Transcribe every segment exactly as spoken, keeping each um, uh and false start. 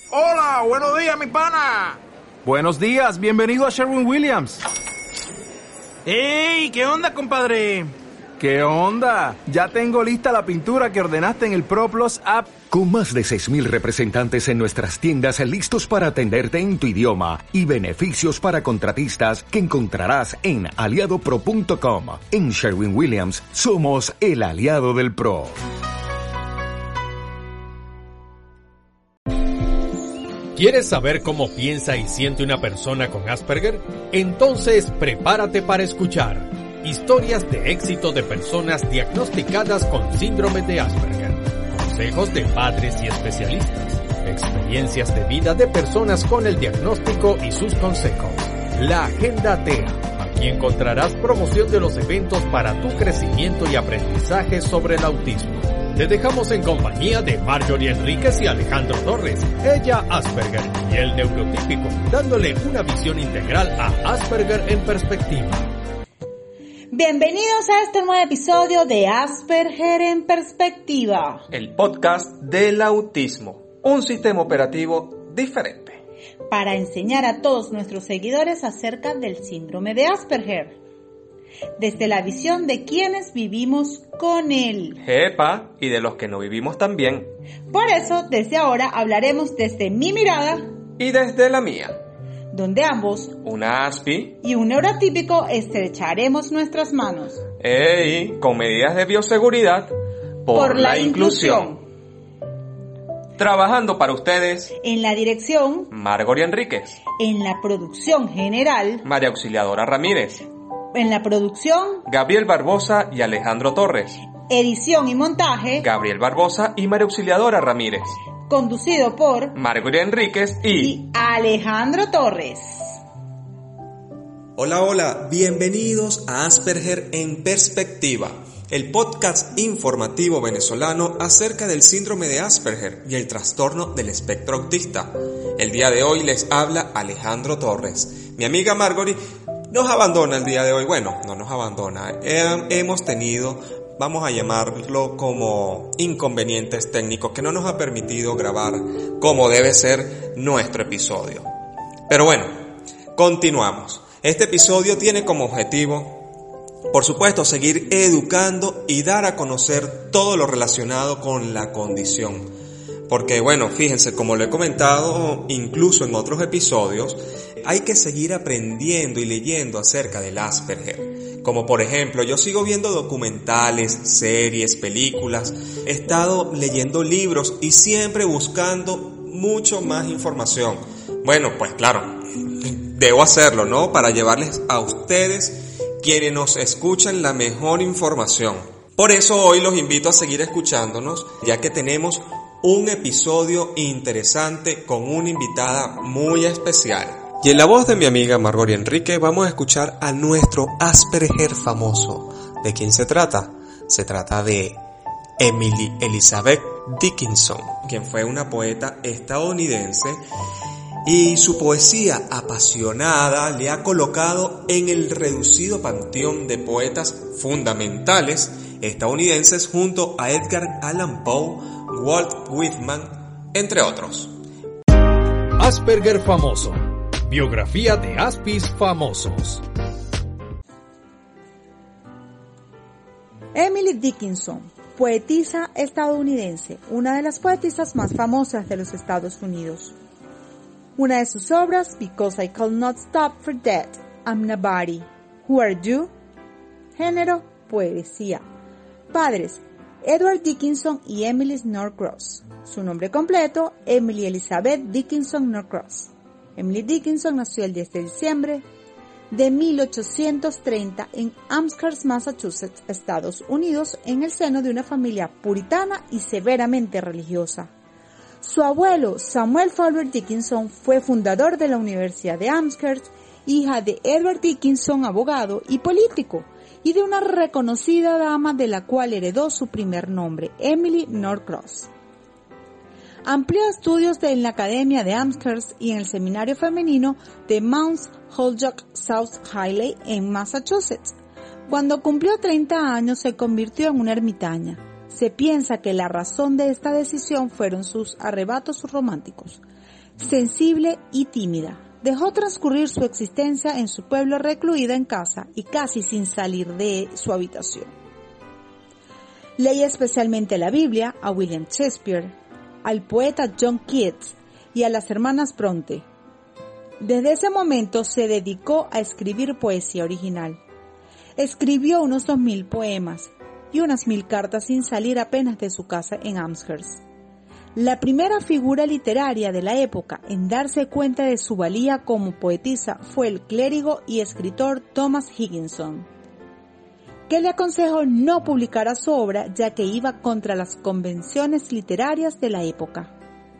Hola, buenos días, mi pana. Buenos días, bienvenido a Sherwin-Williams. ¡Ey! ¿Qué onda, compadre? ¿Qué onda? Ya tengo lista la pintura que ordenaste en el ProPlus app. Con más de seis mil representantes en nuestras tiendas listos para atenderte en tu idioma y beneficios para contratistas que encontrarás en aliado pro punto com. En Sherwin-Williams somos el aliado del pro. ¿Quieres saber cómo piensa y siente una persona con Asperger? Entonces prepárate para escuchar historias de éxito de personas diagnosticadas con síndrome de Asperger, consejos de padres y especialistas, experiencias de vida de personas con el diagnóstico y sus consejos. La Agenda T E A. Aquí encontrarás promoción de los eventos para tu crecimiento y aprendizaje sobre el autismo. Te dejamos en compañía de Marjorie Enríquez y Alejandro Torres, ella Asperger y el neurotípico, dándole una visión integral a Asperger en perspectiva. Bienvenidos a este nuevo episodio de Asperger en perspectiva, el podcast del autismo, un sistema operativo diferente, para enseñar a todos nuestros seguidores acerca del síndrome de Asperger, desde la visión de quienes vivimos con él. Jepa, y de los que no vivimos también. Por eso, desde ahora hablaremos desde mi mirada y desde la mía, donde ambos, una ASPI y un neurotípico, estrecharemos nuestras manos. ¡Ey! Con medidas de bioseguridad por, por la, la inclusión. inclusión. Trabajando para ustedes en la dirección Marjorie Enríquez, en la producción general María Auxiliadora Ramírez, en la producción Gabriel Barbosa y Alejandro Torres, edición y montaje Gabriel Barbosa y María Auxiliadora Ramírez, conducido por Marjorie Enríquez y, y Alejandro Torres. Hola, hola, bienvenidos a Asperger en Perspectiva, el podcast informativo venezolano acerca del síndrome de Asperger y el trastorno del espectro autista. El día de hoy les habla Alejandro Torres. Mi amiga Marjorie nos abandona el día de hoy. Bueno, no nos abandona. Eh, hemos tenido, vamos a llamarlo como inconvenientes técnicos que no nos ha permitido grabar como debe ser nuestro episodio. Pero bueno, continuamos. Este episodio tiene como objetivo, por supuesto, seguir educando y dar a conocer todo lo relacionado con la condición. Porque bueno, fíjense, como lo he comentado incluso en otros episodios, hay que seguir aprendiendo y leyendo acerca del Asperger. Como por ejemplo, yo sigo viendo documentales, series, películas, he estado leyendo libros y siempre buscando mucho más información. Bueno, pues claro, debo hacerlo, ¿no? Para llevarles a ustedes, quienes nos escuchan, la mejor información. Por eso hoy los invito a seguir escuchándonos, ya que tenemos un episodio interesante con una invitada muy especial. Y en la voz de mi amiga Marjorie Enríquez vamos a escuchar a nuestro Asperger famoso. ¿De quién se trata? Se trata de Emily Elizabeth Dickinson, quien fue una poeta estadounidense, y su poesía apasionada le ha colocado en el reducido panteón de poetas fundamentales estadounidenses junto a Edgar Allan Poe, Walt Whitman, entre otros. Asperger famoso. Biografía de Aspis famosos. Emily Dickinson, poetisa estadounidense, una de las poetisas más famosas de los Estados Unidos. Una de sus obras, Because I Could Not Stop for That, I'm Nobody, Who Are You? Género, poesía. Padres, Edward Dickinson y Emily Norcross. Su nombre completo, Emily Elizabeth Dickinson Norcross. Emily Dickinson nació el diez de diciembre de mil ochocientos treinta en Amherst, Massachusetts, Estados Unidos, en el seno de una familia puritana y severamente religiosa. Su abuelo, Samuel Fowler Dickinson, fue fundador de la Universidad de Amherst, hija de Edward Dickinson, abogado y político, y de una reconocida dama de la cual heredó su primer nombre, Emily Norcross. Amplió estudios en la Academia de Amherst y en el Seminario Femenino de Mount Holyoke South Highley en Massachusetts. Cuando cumplió treinta años se convirtió en una ermitaña. Se piensa que la razón de esta decisión fueron sus arrebatos románticos. Sensible y tímida, dejó transcurrir su existencia en su pueblo recluida en casa y casi sin salir de su habitación. Leía especialmente la Biblia, a William Shakespeare, al poeta John Keats y a las hermanas Bronte. Desde ese momento se dedicó a escribir poesía original. Escribió unos dos mil poemas y unas mil cartas sin salir apenas de su casa en Amherst. La primera figura literaria de la época en darse cuenta de su valía como poetisa fue el clérigo y escritor Thomas Higginson, que le aconsejó no publicar su obra ya que iba contra las convenciones literarias de la época.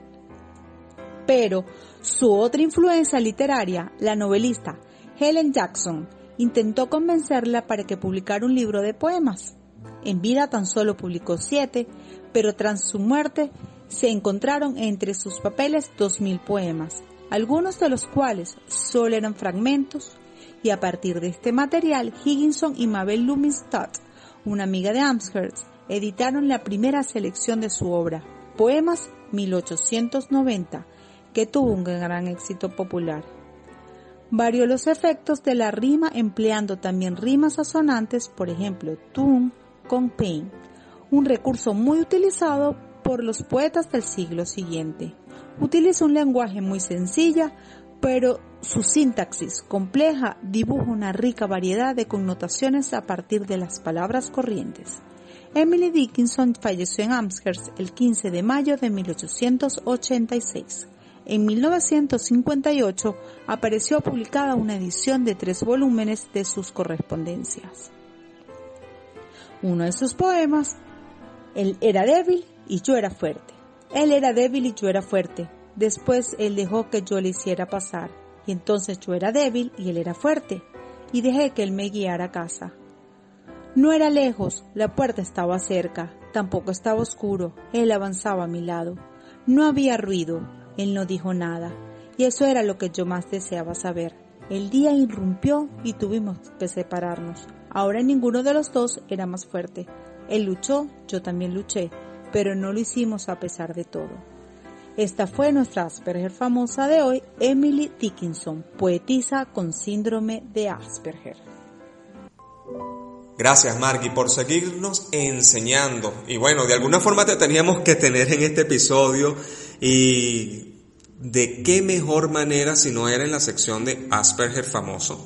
Pero su otra influencia literaria, la novelista Helen Jackson, intentó convencerla para que publicara un libro de poemas. En vida tan solo publicó siete, pero tras su muerte se encontraron entre sus papeles dos mil poemas, algunos de los cuales solo eran fragmentos, y a partir de este material, Higginson y Mabel Loomis Todd, una amiga de Amherst, editaron la primera selección de su obra, Poemas mil ochocientos noventa, que tuvo un gran éxito popular. Varió los efectos de la rima empleando también rimas asonantes, por ejemplo, tune con pain, un recurso muy utilizado por los poetas del siglo siguiente. Utiliza un lenguaje muy sencilla, pero su sintaxis compleja dibuja una rica variedad de connotaciones a partir de las palabras corrientes. Emily Dickinson falleció en Amherst el quince de mayo de mil ochocientos ochenta y seis. En mil novecientos cincuenta y ocho apareció publicada una edición de tres volúmenes de sus correspondencias. Uno de sus poemas, Él era débil y yo era fuerte. Él era débil y yo era fuerte. Después él dejó que yo le hiciera pasar. Y entonces yo era débil y él era fuerte. Y dejé que él me guiara a casa. No era lejos, la puerta estaba cerca. Tampoco estaba oscuro. Él avanzaba a mi lado. No había ruido. Él no dijo nada. Y eso era lo que yo más deseaba saber. El día irrumpió y tuvimos que separarnos. Ahora ninguno de los dos era más fuerte. Él luchó, yo también luché, pero no lo hicimos a pesar de todo. Esta fue nuestra Asperger famosa de hoy, Emily Dickinson, poetisa con síndrome de Asperger. Gracias, Margie, por seguirnos enseñando. Y bueno, de alguna forma te teníamos que tener en este episodio. Y de qué mejor manera si no era en la sección de Asperger famoso.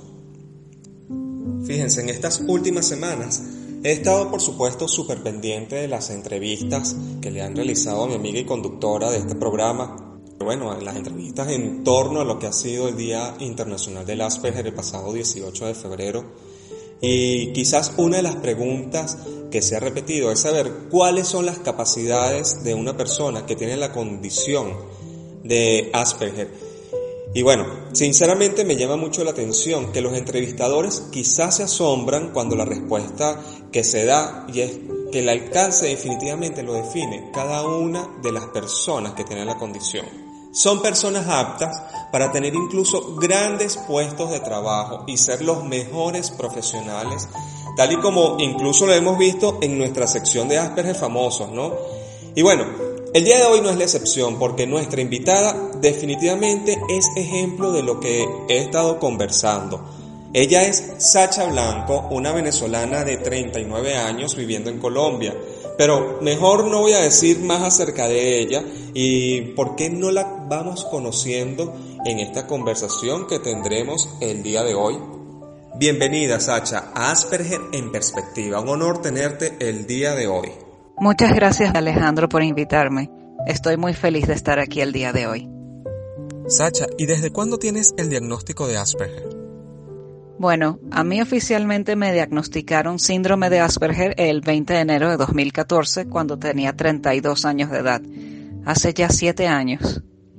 Fíjense, en estas últimas semanas he estado, por supuesto, súper pendiente de las entrevistas que le han realizado a mi amiga y conductora de este programa. Bueno, las entrevistas en torno a lo que ha sido el Día Internacional del Asperger el pasado dieciocho de febrero. Y quizás una de las preguntas que se ha repetido es saber cuáles son las capacidades de una persona que tiene la condición de Asperger. Y bueno, sinceramente me llama mucho la atención que los entrevistadores quizás se asombran cuando la respuesta que se da, y es que el alcance definitivamente lo define cada una de las personas que tienen la condición. Son personas aptas para tener incluso grandes puestos de trabajo y ser los mejores profesionales, tal y como incluso lo hemos visto en nuestra sección de Asperger famosos, ¿no? Y bueno, el día de hoy no es la excepción, porque nuestra invitada definitivamente es ejemplo de lo que he estado conversando. Ella es Sacha Blanco, una venezolana de treinta y nueve años viviendo en Colombia. Pero mejor no voy a decir más acerca de ella y por qué no la vamos conociendo en esta conversación que tendremos el día de hoy. Bienvenida, Sacha, a Asperger en Perspectiva. Un honor tenerte el día de hoy. Muchas gracias, Alejandro, por invitarme. Estoy muy feliz de estar aquí el día de hoy. Sacha, ¿y desde cuándo tienes el diagnóstico de Asperger? Bueno, a mí oficialmente me diagnosticaron síndrome de Asperger el veinte de enero de dos mil catorce, cuando tenía treinta y dos años de edad. Hace ya siete años.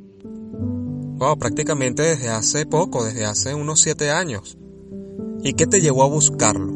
Wow, prácticamente desde hace poco, desde hace unos siete años. ¿Y qué te llevó a buscarlo?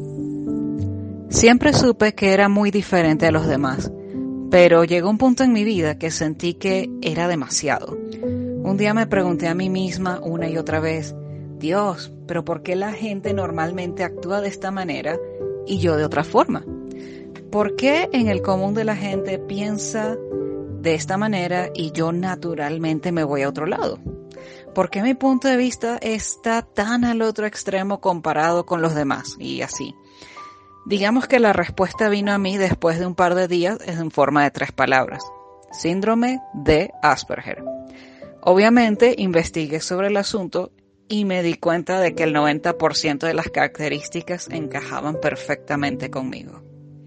Siempre supe que era muy diferente a los demás, pero llegó un punto en mi vida que sentí que era demasiado. Un día me pregunté a mí misma una y otra vez, Dios, pero ¿por qué la gente normalmente actúa de esta manera y yo de otra forma? ¿Por qué en el común de la gente piensa de esta manera y yo naturalmente me voy a otro lado? ¿Por qué mi punto de vista está tan al otro extremo comparado con los demás? Y así. Digamos que la respuesta vino a mí después de un par de días en forma de tres palabras. Síndrome de Asperger. Obviamente investigué sobre el asunto y me di cuenta de que el noventa por ciento de las características encajaban perfectamente conmigo.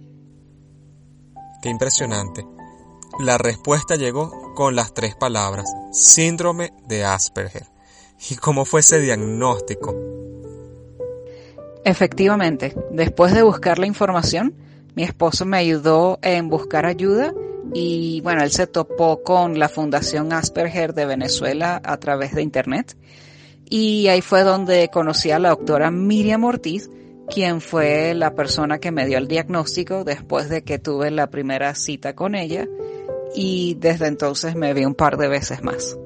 Qué impresionante. La respuesta llegó con las tres palabras, síndrome de Asperger. ¿Y cómo fue ese diagnóstico? Efectivamente, después de buscar la información, mi esposo me ayudó en buscar ayuda y bueno, él se topó con la Fundación Asperger de Venezuela a través de internet y ahí fue donde conocí a la doctora Miriam Ortiz, quien fue la persona que me dio el diagnóstico después de que tuve la primera cita con ella y desde entonces me vi un par de veces más.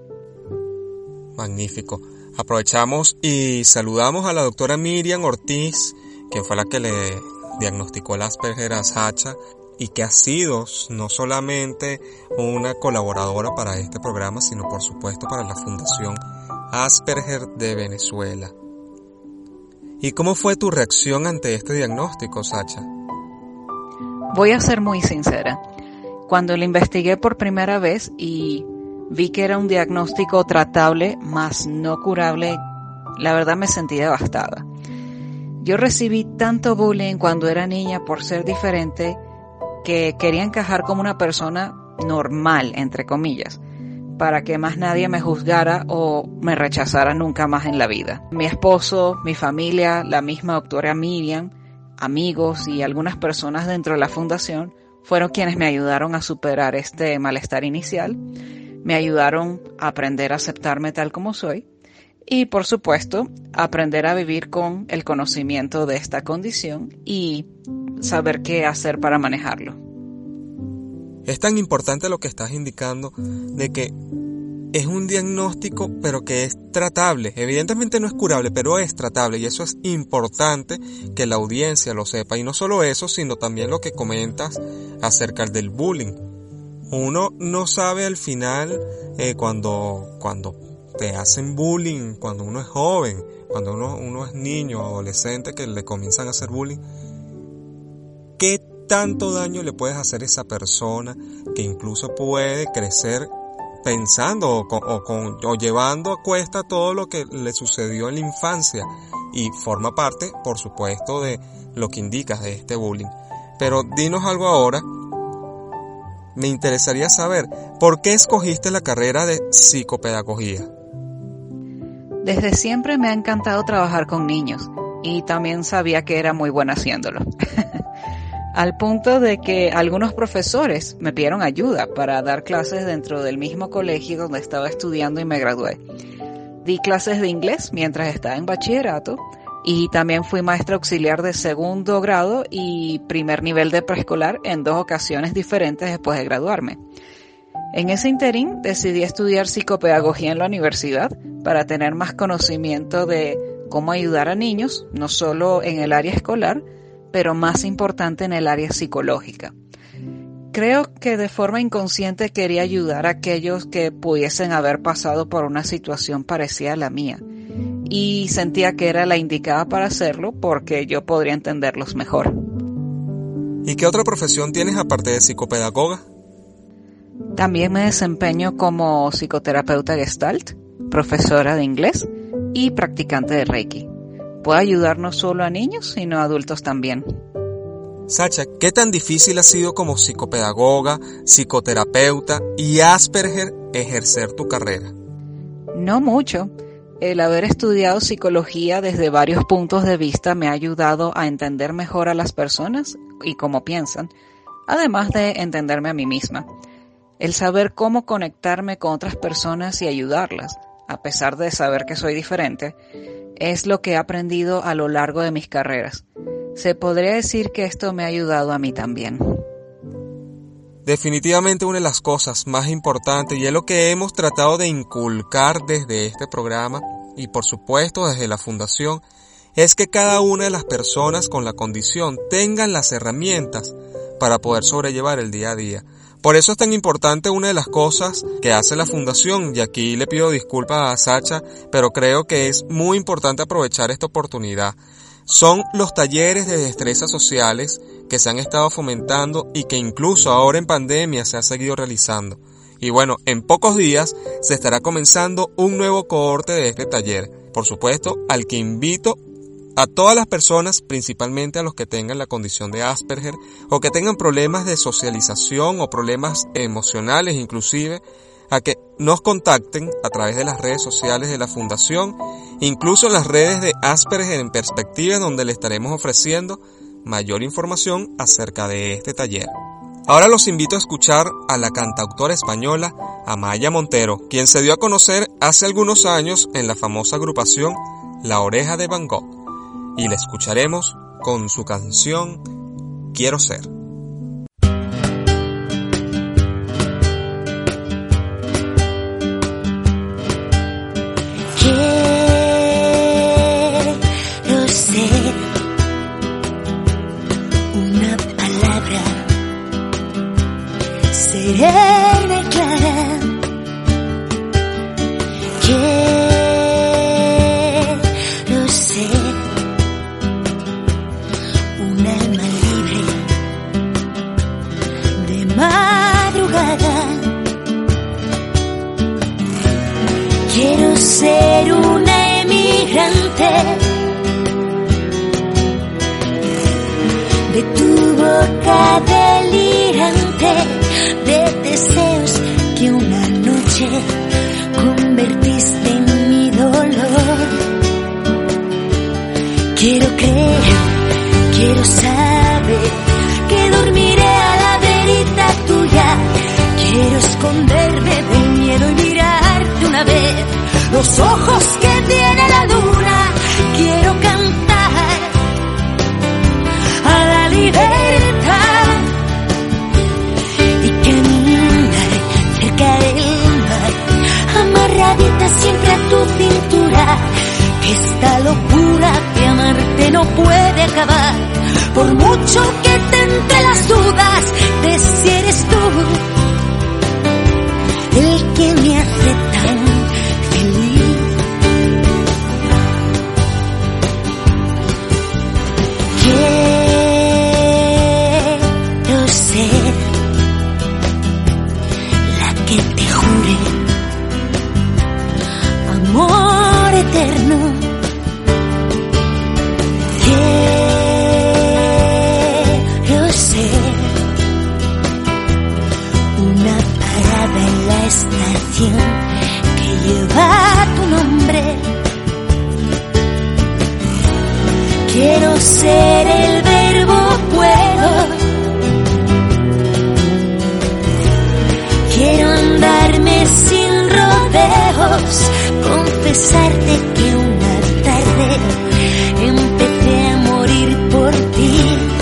Magnífico. Aprovechamos y saludamos a la doctora Miriam Ortiz, quien fue la que le diagnosticó el Asperger a Sacha y que ha sido no solamente una colaboradora para este programa, sino por supuesto para la Fundación Asperger de Venezuela. ¿Y cómo fue tu reacción ante este diagnóstico, Sacha? Voy a ser muy sincera. Cuando lo investigué por primera vez y vi que era un diagnóstico tratable, mas no curable, la verdad me sentí devastada. Yo recibí tanto bullying cuando era niña por ser diferente que quería encajar como una persona normal, entre comillas, para que más nadie me juzgara o me rechazara nunca más en la vida. Mi esposo, mi familia, la misma doctora Miriam, amigos y algunas personas dentro de la fundación fueron quienes me ayudaron a superar este malestar inicial. Me ayudaron a aprender a aceptarme tal como soy y, por supuesto, aprender a vivir con el conocimiento de esta condición y saber qué hacer para manejarlo. Es tan importante lo que estás indicando de que es un diagnóstico pero que es tratable. Evidentemente no es curable, pero es tratable y eso es importante que la audiencia lo sepa. Y no solo eso, sino también lo que comentas acerca del bullying. Uno no sabe al final eh, cuando, cuando te hacen bullying, cuando uno es joven, cuando uno, uno es niño o adolescente que le comienzan a hacer bullying, qué tanto daño le puedes hacer a esa persona que incluso puede crecer pensando o, con, o, con, o llevando a cuesta todo lo que le sucedió en la infancia y forma parte, por supuesto, de lo que indicas de este bullying. Pero dinos algo ahora. Me interesaría saber, ¿por qué escogiste la carrera de psicopedagogía? Desde siempre me ha encantado trabajar con niños y también sabía que era muy buena haciéndolo. Al punto de que algunos profesores me pidieron ayuda para dar clases dentro del mismo colegio donde estaba estudiando y me gradué. Di clases de inglés mientras estaba en bachillerato y también fui maestra auxiliar de segundo grado y primer nivel de preescolar en dos ocasiones diferentes después de graduarme. En ese interín decidí estudiar psicopedagogía en la universidad para tener más conocimiento de cómo ayudar a niños, no solo en el área escolar, pero más importante en el área psicológica. Creo que de forma inconsciente quería ayudar a aquellos que pudiesen haber pasado por una situación parecida a la mía y sentía que era la indicada para hacerlo porque yo podría entenderlos mejor. ¿Y qué otra profesión tienes aparte de psicopedagoga? También me desempeño como psicoterapeuta Gestalt, profesora de inglés y practicante de Reiki. Puedo ayudar no solo a niños, sino a adultos también. Sacha, ¿qué tan difícil ha sido como psicopedagoga, psicoterapeuta y Asperger ejercer tu carrera? No mucho. El haber estudiado psicología desde varios puntos de vista me ha ayudado a entender mejor a las personas y cómo piensan, además de entenderme a mí misma. El saber cómo conectarme con otras personas y ayudarlas, a pesar de saber que soy diferente, es lo que he aprendido a lo largo de mis carreras. Se podría decir que esto me ha ayudado a mí también. Definitivamente una de las cosas más importantes y es lo que hemos tratado de inculcar desde este programa y por supuesto desde la Fundación es que cada una de las personas con la condición tengan las herramientas para poder sobrellevar el día a día. Por eso es tan importante una de las cosas que hace la fundación, y aquí le pido disculpas a Sacha, pero creo que es muy importante aprovechar esta oportunidad. Son los talleres de destrezas sociales que se han estado fomentando y que incluso ahora en pandemia se ha seguido realizando. Y bueno, en pocos días se estará comenzando un nuevo cohorte de este taller. Por supuesto, al que invito a todas las personas, principalmente a los que tengan la condición de Asperger o que tengan problemas de socialización o problemas emocionales inclusive, a que nos contacten a través de las redes sociales de la Fundación, incluso en las redes de Asperger en Perspectiva, donde le estaremos ofreciendo mayor información acerca de este taller. Ahora los invito a escuchar a la cantautora española Amaya Montero, quien se dio a conocer hace algunos años en la famosa agrupación La Oreja de Van Gogh, y la escucharemos con su canción Quiero Ser. Quiero ser una palabra serena y clara. Quiero ser un alma libre de madrugada. Quiero ser una emigrante de tu boca delirante, de deseos que una noche convertiste en mi dolor. Quiero creer, quiero saber que dormiré a la verita tuya. Quiero esconderme del miedo y mirarte una vez los ojos que tiene la luna. Quiero cantar a la libertad y caminar cerca del mar, amarradita siempre a tu cintura. Que esta locura de amarte no puede acabar, por mucho que te entre las dudas de si eres tú el que me hace tan feliz. Quiero ser la que te jure amor eterno. Quiero ser una parada en la estación que lleva tu nombre. Quiero ser el verbo puedo. Quiero andarme sin rodeos, confesarte que una tarde empecé a morir por ti.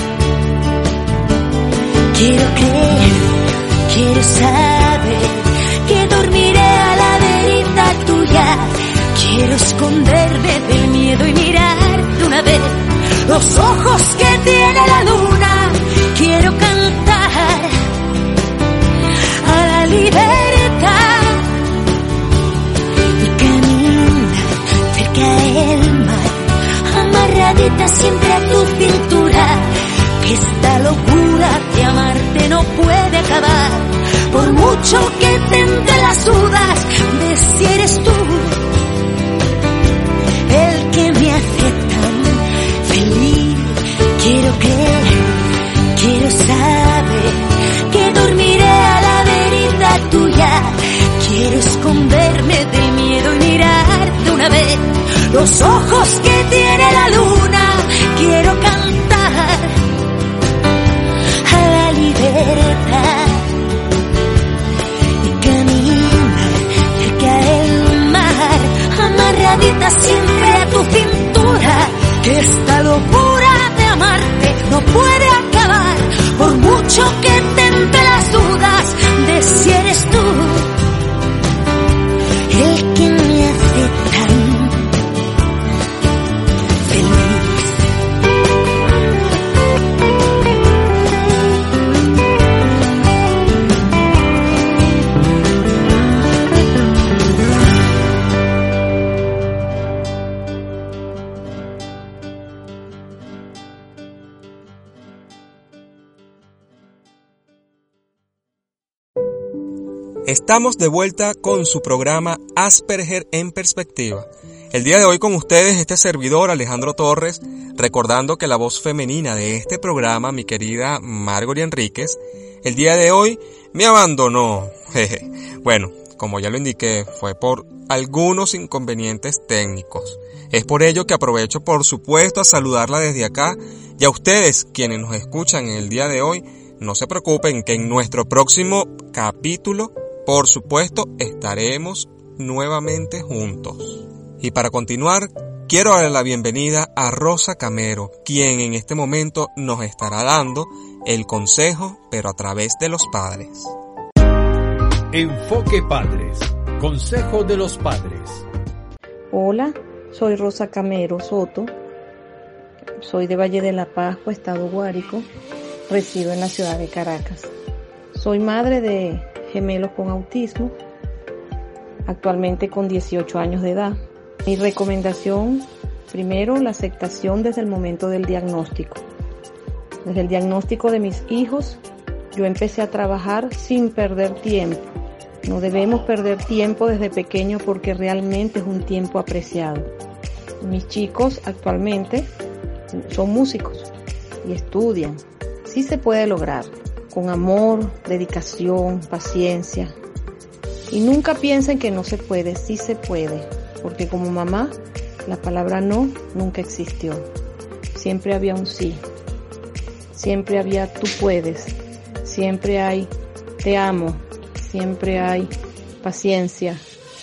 Quiero creer, quiero saber que dormiré a la verita tuya. Quiero esconderme del miedo y mirarte una vez los ojos que tiene la luna. Quiero cantar a la libertad y caminar cerca del mar, amarradita siempre a tu cintura. Que esta locura de amarte no puede acabar, por mucho que te entre las dudas de si eres tú el que me hace tan feliz. Quiero creer, quiero saber que dormiré a la verita tuya. Quiero esconderme del miedo y mirarte una vez los ojos que tiene la luna. Quiero cantar a la libertad y caminar cerca del mar, amarradita siempre a tu cintura. Que esta locura de amarte no puede acabar, por mucho que te entre las dudas de si eres tú el que me hace tan Estamos de vuelta con su programa Asperger en Perspectiva. El día de hoy con ustedes este servidor Alejandro Torres, recordando que la voz femenina de este programa, mi querida Margory Enríquez, el día de hoy me abandonó. Jeje. Bueno, como ya lo indiqué, fue por algunos inconvenientes técnicos. Es por ello que aprovecho, por supuesto, a saludarla desde acá, y a ustedes, quienes nos escuchan en el día de hoy, no se preocupen que en nuestro próximo capítulo, por supuesto, estaremos nuevamente juntos. Y para continuar, quiero darle la bienvenida a Rosa Camero, quien en este momento nos estará dando el consejo, pero a través de los padres. Enfoque Padres. Consejo de los padres. Hola, soy Rosa Camero Soto. Soy de Valle de la Pascua, Estado Guárico. Resido en la ciudad de Caracas. Soy madre de gemelos con autismo, actualmente con dieciocho años de edad. Mi recomendación, primero, la aceptación desde el momento del diagnóstico. Desde el diagnóstico de mis hijos, yo empecé a trabajar sin perder tiempo. No debemos perder tiempo desde pequeño porque realmente es un tiempo apreciado. Mis chicos actualmente son músicos y estudian. Sí se puede lograr, con amor, dedicación, paciencia. Y nunca piensen que no se puede, sí se puede. Porque como mamá, la palabra no nunca existió. Siempre había un sí. Siempre había tú puedes. Siempre hay te amo. Siempre hay paciencia.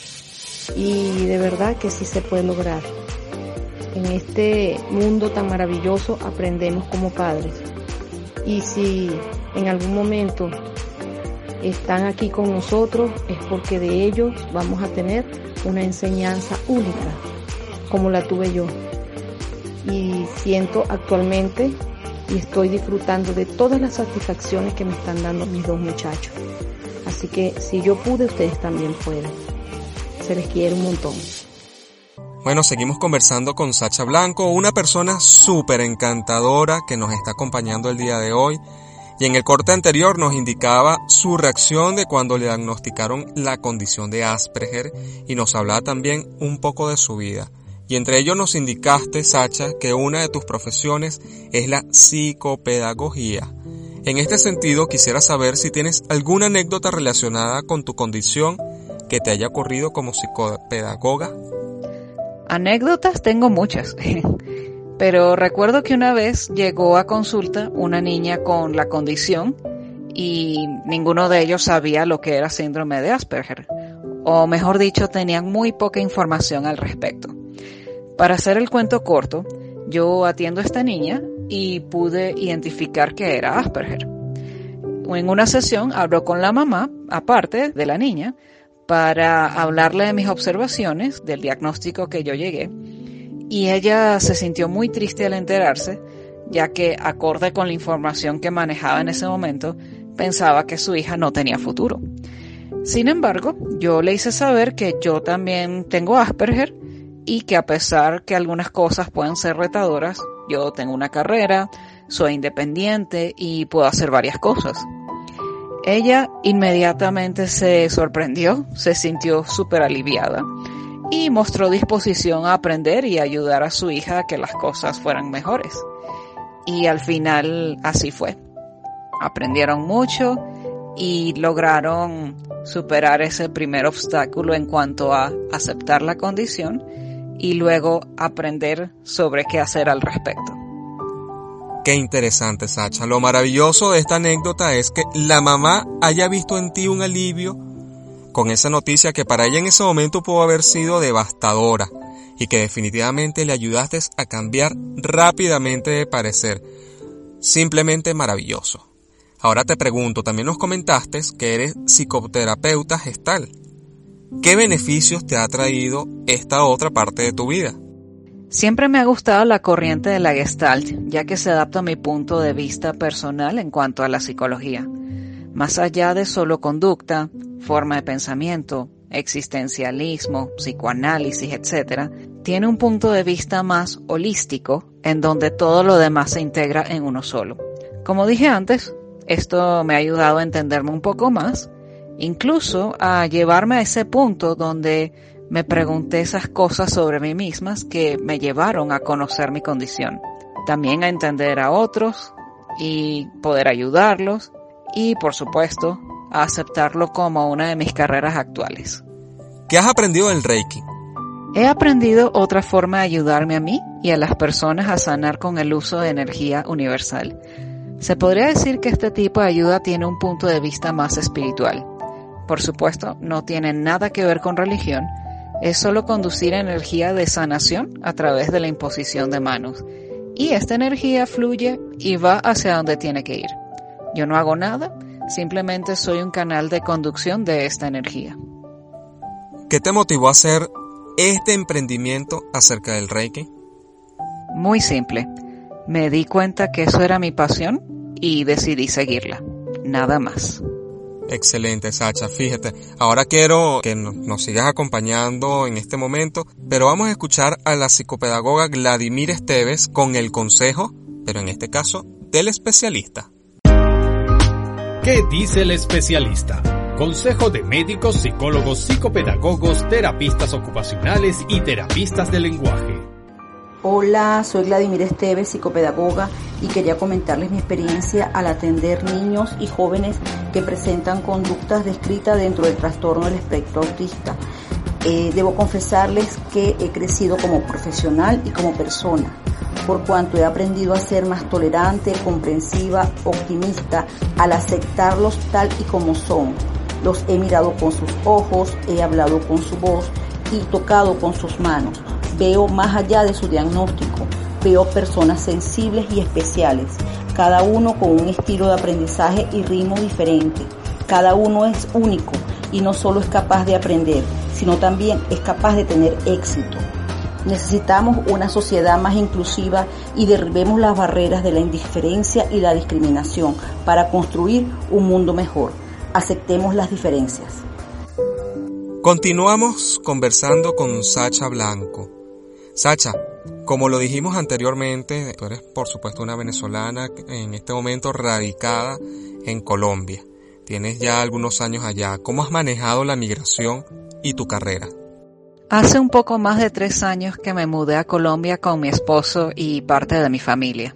Y de verdad que sí se puede lograr. En este mundo tan maravilloso aprendemos como padres. Y si en algún momento están aquí con nosotros, es porque de ellos vamos a tener una enseñanza única, como la tuve yo. Y siento actualmente y estoy disfrutando de todas las satisfacciones que me están dando mis dos muchachos. Así que si yo pude, ustedes también pueden. Se les quiere un montón. Bueno, seguimos conversando con Sacha Blanco, una persona súper encantadora que nos está acompañando el día de hoy. Y en el corte anterior nos indicaba su reacción de cuando le diagnosticaron la condición de Asperger y nos hablaba también un poco de su vida. Y entre ellos nos indicaste, Sacha, que una de tus profesiones es la psicopedagogía. En este sentido, quisiera saber si tienes alguna anécdota relacionada con tu condición que te haya ocurrido como psicopedagoga. Anécdotas tengo muchas. Pero recuerdo que una vez llegó a consulta una niña con la condición y ninguno de ellos sabía lo que era síndrome de Asperger, o mejor dicho, tenían muy poca información al respecto. Para hacer el cuento corto, yo atiendo a esta niña y pude identificar que era Asperger. En una sesión hablo con la mamá, aparte de la niña, para hablarle de mis observaciones, del diagnóstico que yo llegué. Y ella se sintió muy triste al enterarse, ya que, acorde con la información que manejaba en ese momento, pensaba que su hija no tenía futuro. Sin embargo, yo le hice saber que yo también tengo Asperger y que a pesar que algunas cosas pueden ser retadoras, yo tengo una carrera, soy independiente y puedo hacer varias cosas. Ella inmediatamente se sorprendió, se sintió súper aliviada y mostró disposición a aprender y ayudar a su hija a que las cosas fueran mejores. Y al final así fue. Aprendieron mucho y lograron superar ese primer obstáculo en cuanto a aceptar la condición y luego aprender sobre qué hacer al respecto. Qué interesante, Sacha. Lo maravilloso de esta anécdota es que la mamá haya visto en ti un alivio con esa noticia que para ella en ese momento pudo haber sido devastadora y que definitivamente le ayudaste a cambiar rápidamente de parecer. Simplemente maravilloso. Ahora te pregunto, también nos comentaste que eres psicoterapeuta gestal. ¿Qué beneficios te ha traído esta otra parte de tu vida? Siempre me ha gustado la corriente de la Gestalt, ya que se adapta a mi punto de vista personal en cuanto a la psicología. Más allá de solo conducta, forma de pensamiento, existencialismo, psicoanálisis, etcétera, tiene un punto de vista más holístico, en donde todo lo demás se integra en uno solo. Como dije antes, esto me ha ayudado a entenderme un poco más incluso a llevarme a ese punto donde me pregunté esas cosas sobre mí mismas que me llevaron a conocer mi condición. También a entender a otros y poder ayudarlos y, por supuesto, a aceptarlo como una de mis carreras actuales. ¿Qué has aprendido del Reiki? He aprendido otra forma de ayudarme a mí y a las personas a sanar con el uso de energía universal. Se podría decir que este tipo de ayuda tiene un punto de vista más espiritual. Por supuesto, no tiene nada que ver con religión, es solo conducir energía de sanación a través de la imposición de manos. Y esta energía fluye y va hacia donde tiene que ir. Yo no hago nada, simplemente soy un canal de conducción de esta energía. ¿Qué te motivó a hacer este emprendimiento acerca del Reiki? Muy simple. Me di cuenta que eso era mi pasión y decidí seguirla. Nada más. Excelente, Sacha. Fíjate, ahora quiero que nos sigas acompañando en este momento, pero vamos a escuchar a la psicopedagoga Vladimir Esteves con el consejo, pero en este caso, del especialista. ¿Qué dice el especialista? Consejo de médicos, psicólogos, psicopedagogos, terapistas ocupacionales y terapistas de lenguaje. Hola, soy Vladimir Esteves, psicopedagoga, y quería comentarles mi experiencia al atender niños y jóvenes que presentan conductas descritas dentro del trastorno del espectro autista. Eh, debo confesarles que he crecido como profesional y como persona, por cuanto he aprendido a ser más tolerante, comprensiva, optimista, al aceptarlos tal y como son. Los he mirado con sus ojos, he hablado con su voz y tocado con sus manos. Veo más allá de su diagnóstico, veo personas sensibles y especiales, cada uno con un estilo de aprendizaje y ritmo diferente. Cada uno es único y no solo es capaz de aprender, sino también es capaz de tener éxito. Necesitamos una sociedad más inclusiva y derribemos las barreras de la indiferencia y la discriminación para construir un mundo mejor. Aceptemos las diferencias. Continuamos conversando con Sacha Blanco. Sacha, como lo dijimos anteriormente, tú eres por supuesto una venezolana en este momento radicada en Colombia. Tienes ya algunos años allá. ¿Cómo has manejado la migración y tu carrera? Hace un poco más de tres años que me mudé a Colombia con mi esposo y parte de mi familia.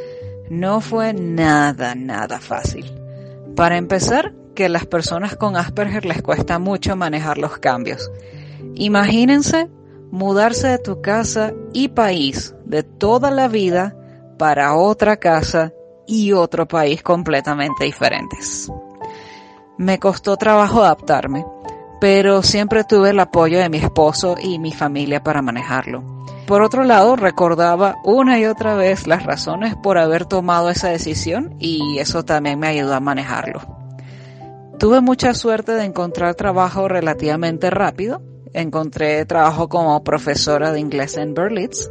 No fue nada, nada fácil. Para empezar, que a las personas con Asperger les cuesta mucho manejar los cambios. Imagínense mudarse de tu casa y país de toda la vida para otra casa y otro país completamente diferentes. Me costó trabajo adaptarme, pero siempre tuve el apoyo de mi esposo y mi familia para manejarlo. Por otro lado, recordaba una y otra vez las razones por haber tomado esa decisión y eso también me ayudó a manejarlo. Tuve mucha suerte de encontrar trabajo relativamente rápido. Encontré trabajo como profesora de inglés en Berlitz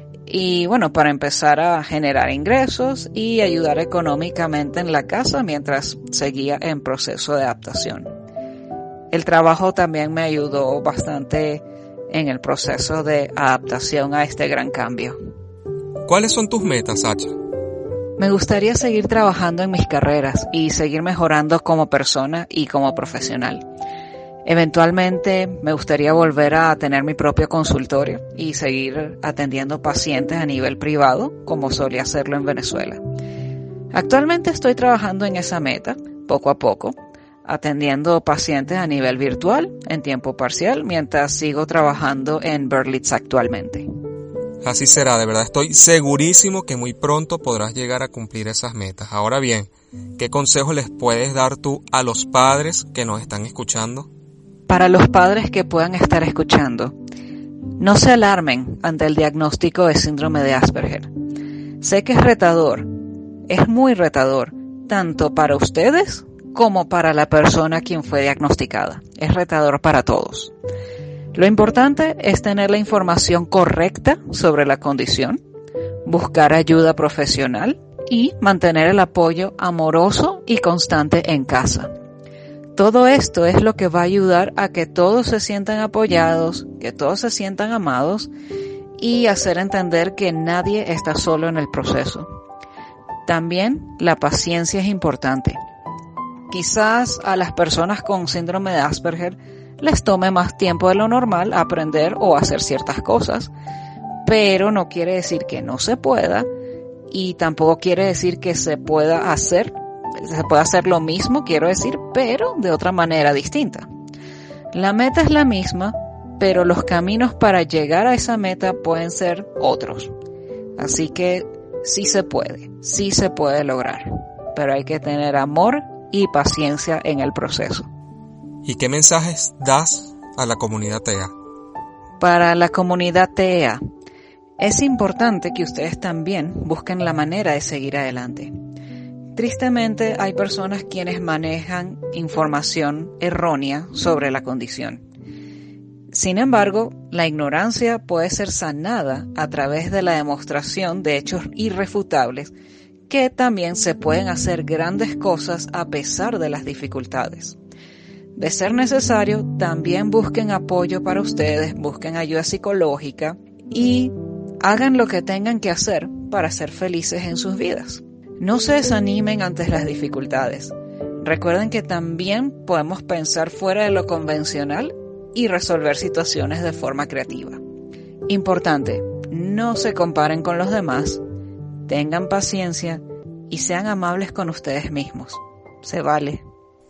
y bueno, para empezar a generar ingresos y ayudar económicamente en la casa mientras seguía en proceso de adaptación. El trabajo también me ayudó bastante en el proceso de adaptación a este gran cambio. ¿Cuáles son tus metas, Sacha? Me gustaría seguir trabajando en mis carreras y seguir mejorando como persona y como profesional. Eventualmente me gustaría volver a tener mi propio consultorio y seguir atendiendo pacientes a nivel privado, como solía hacerlo en Venezuela. Actualmente estoy trabajando en esa meta, poco a poco, atendiendo pacientes a nivel virtual, en tiempo parcial, mientras sigo trabajando en Berlitz actualmente. Así será, de verdad estoy segurísimo que muy pronto podrás llegar a cumplir esas metas. Ahora bien, ¿qué consejo les puedes dar tú a los padres que nos están escuchando? Para los padres que puedan estar escuchando, no se alarmen ante el diagnóstico de síndrome de Asperger. Sé que es retador, es muy retador, tanto para ustedes como para la persona a quien fue diagnosticada. Es retador para todos. Lo importante es tener la información correcta sobre la condición, buscar ayuda profesional y mantener el apoyo amoroso y constante en casa. Todo esto es lo que va a ayudar a que todos se sientan apoyados, que todos se sientan amados y hacer entender que nadie está solo en el proceso. También la paciencia es importante. Quizás a las personas con síndrome de Asperger les tome más tiempo de lo normal aprender o hacer ciertas cosas, pero no quiere decir que no se pueda y tampoco quiere decir que se pueda hacer, se puede hacer lo mismo, quiero decir, pero de otra manera distinta. La meta es la misma, pero los caminos para llegar a esa meta pueden ser otros. Así que sí se puede, sí se puede lograr, pero hay que tener amor y paciencia en el proceso. ¿Y qué mensajes das a la comunidad T E A? Para la comunidad T E A, es importante que ustedes también busquen la manera de seguir adelante. Tristemente, hay personas quienes manejan información errónea sobre la condición. Sin embargo, la ignorancia puede ser sanada a través de la demostración de hechos irrefutables que también se pueden hacer grandes cosas a pesar de las dificultades. De ser necesario, también busquen apoyo para ustedes, busquen ayuda psicológica y hagan lo que tengan que hacer para ser felices en sus vidas. No se desanimen ante las dificultades. Recuerden que también podemos pensar fuera de lo convencional y resolver situaciones de forma creativa. Importante, no se comparen con los demás, tengan paciencia y sean amables con ustedes mismos. Se vale.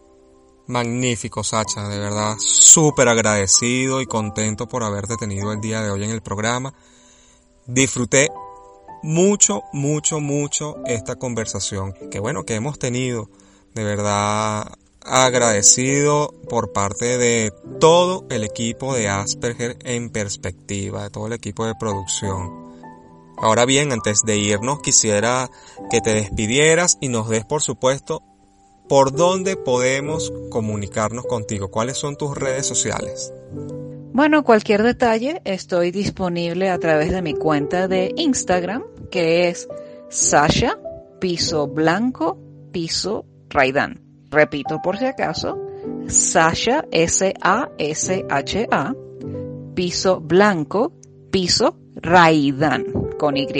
Magnífico, Sacha, de verdad, súper agradecido y contento por haberte tenido el día de hoy en el programa. Disfruté mucho, mucho, mucho esta conversación que bueno, que hemos tenido, de verdad agradecido por parte de todo el equipo de Asperger en Perspectiva, de todo el equipo de producción. Ahora bien, antes de irnos, quisiera que te despidieras y nos des, por supuesto, por dónde podemos comunicarnos contigo. ¿Cuáles son tus redes sociales? Bueno, cualquier detalle, estoy disponible a través de mi cuenta de Instagram, que es Sasha Piso Blanco Piso Raidan. Repito por si acaso, Sasha, S A S H A, Piso Blanco, Piso Raidan, con Y.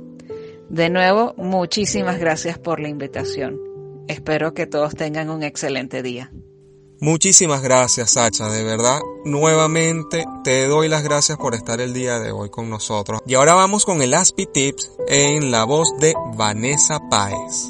De nuevo, muchísimas gracias por la invitación. Espero que todos tengan un excelente día. Muchísimas gracias, Sacha, de verdad, nuevamente te doy las gracias por estar el día de hoy con nosotros. Y ahora vamos con el Aspi Tips en la voz de Vanessa Páez.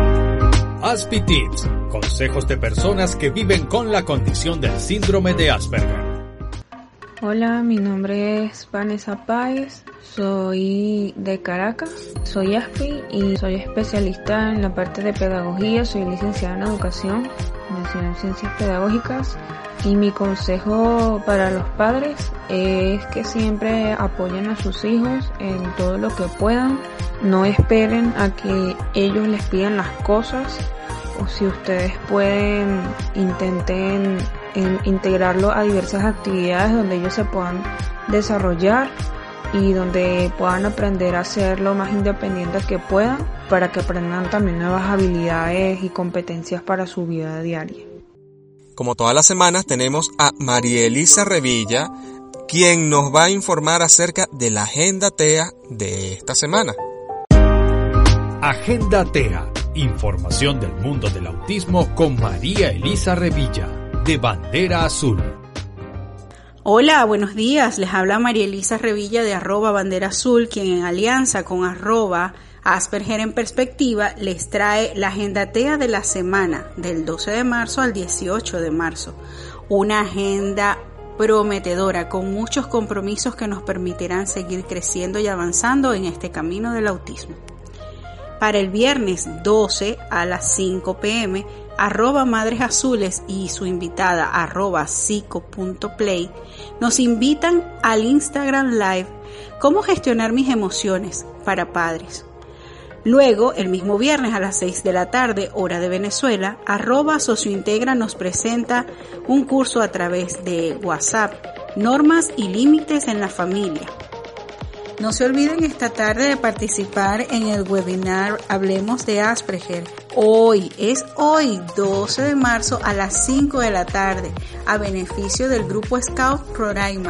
Aspi Tips, consejos de personas que viven con la condición del síndrome de Asperger. Hola, mi nombre es Vanessa Páez, soy de Caracas, soy Aspi y soy especialista en la parte de pedagogía, soy licenciada en educación, licenciada en ciencias pedagógicas y mi consejo para los padres es que siempre apoyen a sus hijos en todo lo que puedan, no esperen a que ellos les pidan las cosas o si ustedes pueden intenten en integrarlo a diversas actividades donde ellos se puedan desarrollar y donde puedan aprender a ser lo más independientes que puedan para que aprendan también nuevas habilidades y competencias para su vida diaria. Como todas las semanas tenemos a María Elisa Revilla, quien nos va a informar acerca de la Agenda T E A de esta semana. Agenda T E A, información del mundo del autismo con María Elisa Revilla, de Bandera Azul. Hola, buenos días. Les habla María Elisa Revilla de arroba Bandera Azul, quien en alianza con arroba Asperger en Perspectiva les trae la Agenda T E A de la semana del doce de marzo al dieciocho de marzo. Una agenda prometedora con muchos compromisos que nos permitirán seguir creciendo y avanzando en este camino del autismo. Para el viernes doce a las cinco pe eme, arroba Madres Azules y su invitada arroba psico.play nos invitan al Instagram Live Cómo gestionar mis emociones para padres. Luego, el mismo viernes a las seis de la tarde, hora de Venezuela, arroba Sociointegra nos presenta un curso a través de WhatsApp, Normas y Límites en la Familia. No se olviden esta tarde de participar en el webinar Hablemos de Asperger. Hoy, es hoy, doce de marzo a las cinco de la tarde, a beneficio del Grupo Scout Roraima,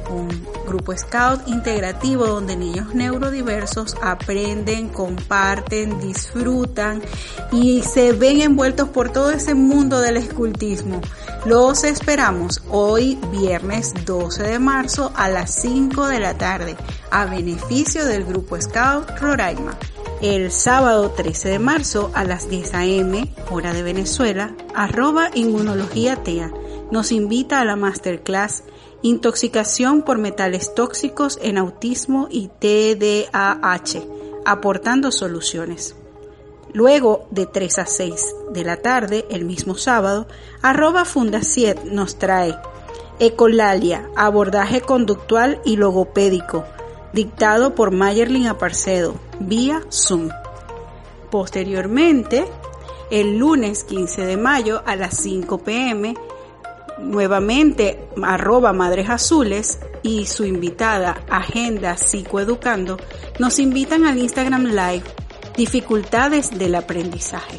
un grupo scout integrativo donde niños neurodiversos aprenden, comparten, disfrutan y se ven envueltos por todo ese mundo del escultismo. Los esperamos hoy viernes doce de marzo a las cinco de la tarde a beneficio del grupo Scout Roraima. El sábado trece de marzo a las diez a eme, hora de Venezuela, arroba Inmunología T E A nos invita a la masterclass Intoxicación por metales tóxicos en autismo y T D A H, aportando soluciones. Luego, de tres a seis de la tarde, el mismo sábado, arroba Fundaciet nos trae Ecolalia, abordaje conductual y logopédico, dictado por Mayerlin Aparcedo, vía Zoom. Posteriormente, el lunes quince de mayo a las cinco pe eme, nuevamente arroba Madres Azules y su invitada Agenda Psicoeducando nos invitan al Instagram Live Dificultades del aprendizaje.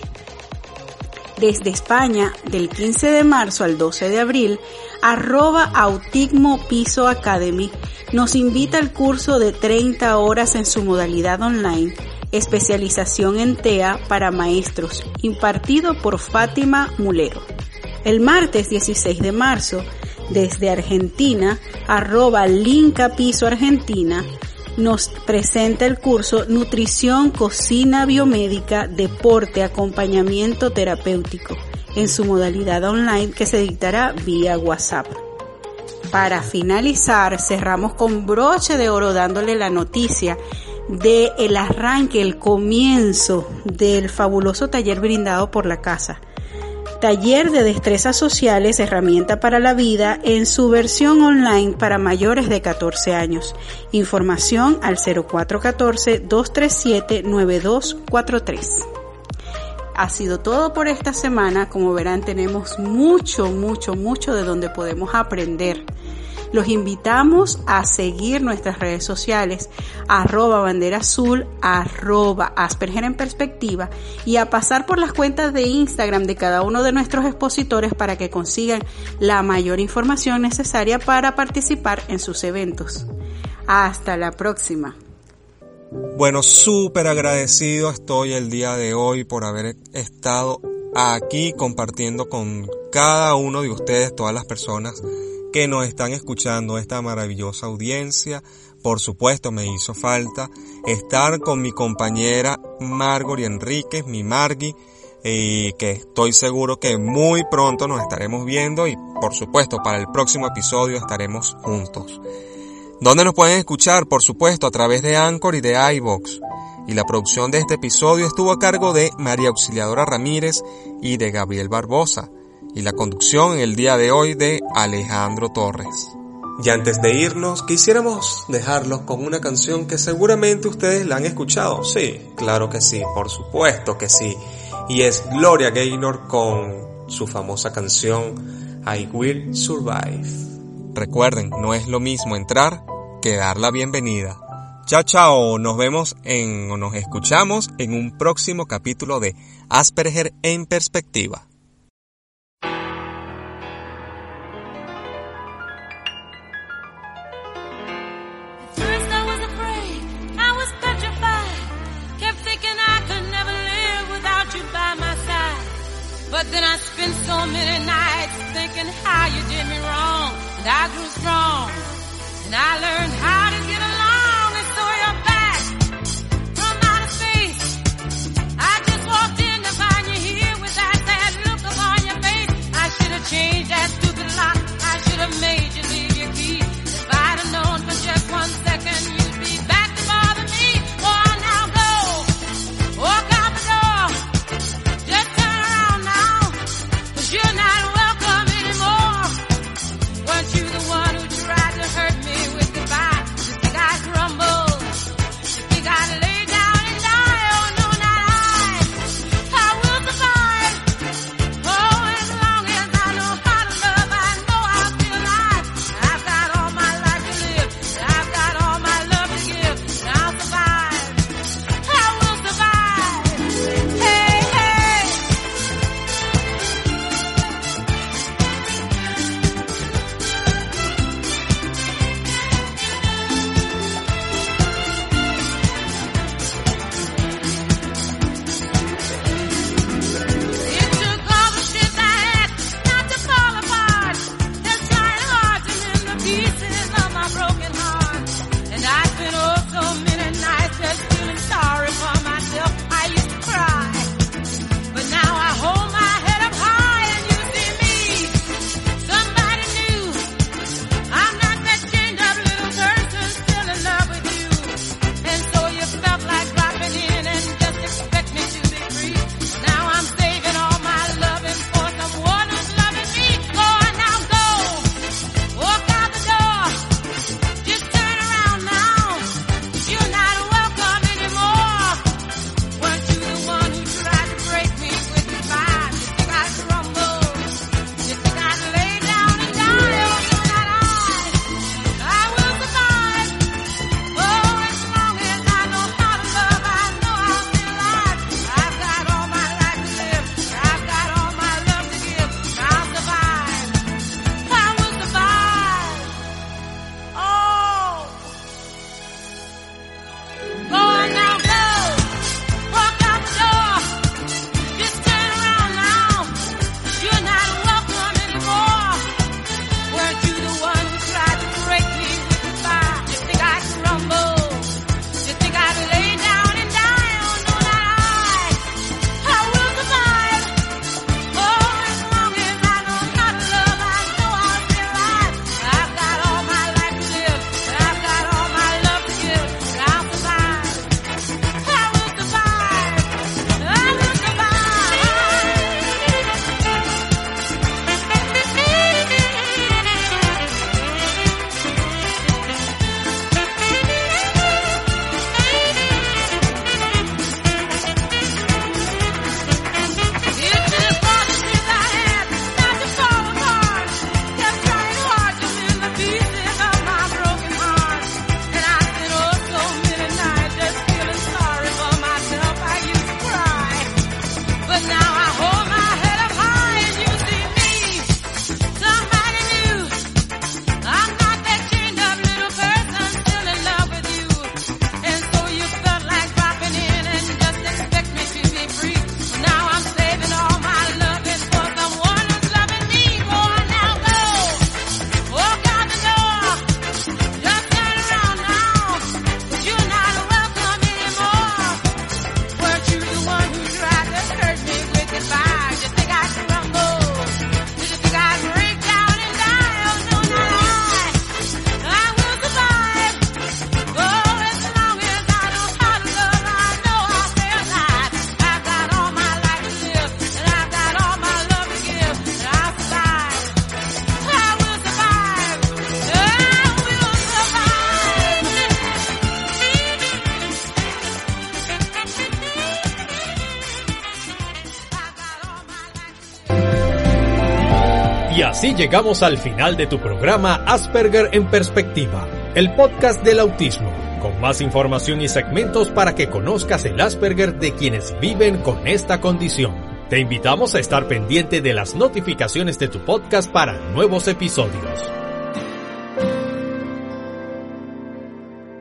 Desde España, del quince de marzo al doce de abril, arroba Autismo Piso Academy nos invita al curso de treinta horas en su modalidad online, especialización en T E A para maestros, impartido por Fátima Mulero. El martes dieciséis de marzo, desde Argentina, arroba Linka Piso Argentina, nos presenta el curso Nutrición, Cocina Biomédica, Deporte, Acompañamiento Terapéutico, en su modalidad online que se dictará vía WhatsApp. Para finalizar, cerramos con broche de oro dándole la noticia de el arranque, el comienzo del fabuloso taller brindado por la casa. Taller de destrezas sociales, herramienta para la vida, en su versión online para mayores de catorce años. Información al cero cuatro uno cuatro, dos tres siete, nueve dos cuatro tres. Ha sido todo por esta semana. Como verán, tenemos mucho, mucho, mucho de donde podemos aprender. Los invitamos a seguir nuestras redes sociales, arroba bandera azul, arroba Asperger en perspectiva, y a pasar por las cuentas de Instagram de cada uno de nuestros expositores para que consigan la mayor información necesaria para participar en sus eventos. Hasta la próxima. Bueno, súper agradecido estoy el día de hoy por haber estado aquí compartiendo con cada uno de ustedes, todas las personas que nos están escuchando, esta maravillosa audiencia. Por supuesto, me hizo falta estar con mi compañera Margory Enríquez, mi Margui, y que estoy seguro que muy pronto nos estaremos viendo y, por supuesto, para el próximo episodio estaremos juntos. ¿Dónde nos pueden escuchar? Por supuesto, a través de Anchor y de iVoox. Y la producción de este episodio estuvo a cargo de María Auxiliadora Ramírez y de Gabriel Barbosa. Y la conducción en el día de hoy de Alejandro Torres. Y antes de irnos, quisiéramos dejarlos con una canción que seguramente ustedes la han escuchado. Sí, claro que sí, por supuesto que sí. Y es Gloria Gaynor con su famosa canción I Will Survive. Recuerden, no es lo mismo entrar que dar la bienvenida. Chao, chao, nos vemos en, o nos escuchamos en un próximo capítulo de Asperger en Perspectiva. But then I spent so many nights thinking how you did me wrong, and I grew strong, and I learned how to get along, and so you're back from outer space. I just walked in to find you here with that sad look upon your face. I should have changed that stupid lock, I should have made you leave your key. If I'd have known for just one second you'd be back to bother me. Oh, now go, walk out the door, just turn around now. You're not welcome anymore. Weren't you the one who tried to pieces of my broken heart. And I spent oh so many nights just feeling sorry for myself. I used to cry, but now I hold my head up high and you see me. Somebody new. I'm not that chained up little person still in love with you. And so you felt like dropping in and just expect me to be free. Now I'm saving all my loving for someone who's loving me. Go on now, go. Walk out the door. Just turn around now. You're not welcome anymore. Weren't you the one who tried to break me with your fire? You think I'd crumble? You think I'd lay down and die? Oh, no, not I. I will survive. Oh, as long as I know how to love, I know I'll be alive. I've got all my life to live. I've got all my love to give. I'll survive. I will survive. Oh. Go on now, go. Walk out the door. Just turn around now. You're not welcome anymore. Weren't you the one who tried to break me with the fire? You think I'd crumble? You think I'd lay down and die? Oh, no, not I. I will survive. Oh, as long as I know how to love, I know I'll be alive. I've got all my life to live. I've got all my love to give. I'll survive. I will survive. I will But now I hold my head up high and you see me. Somebody new. I'm not that chained up little person still in love with you. And so you felt like dropping in and just expect me to be free. Now I'm saving all my loving for someone who's loving me. Go on now, go. Walk out the door. Just turn around now. You're not welcome anymore. Weren't you the one who tried to hurt me with your fire? You think I'd crumble? Did you think I'd break down and die? Oh, no, not I. I will survive. Oh, as long as I know how to love, I know I'll stay alive. I've got all my life to live, and I've got all my love to give, and I'll survive. I will survive. I will Y así llegamos al final de tu programa Asperger en Perspectiva, el podcast del autismo, con más información y segmentos para que conozcas el Asperger de quienes viven con esta condición. Te invitamos a estar pendiente de las notificaciones de tu podcast para nuevos episodios.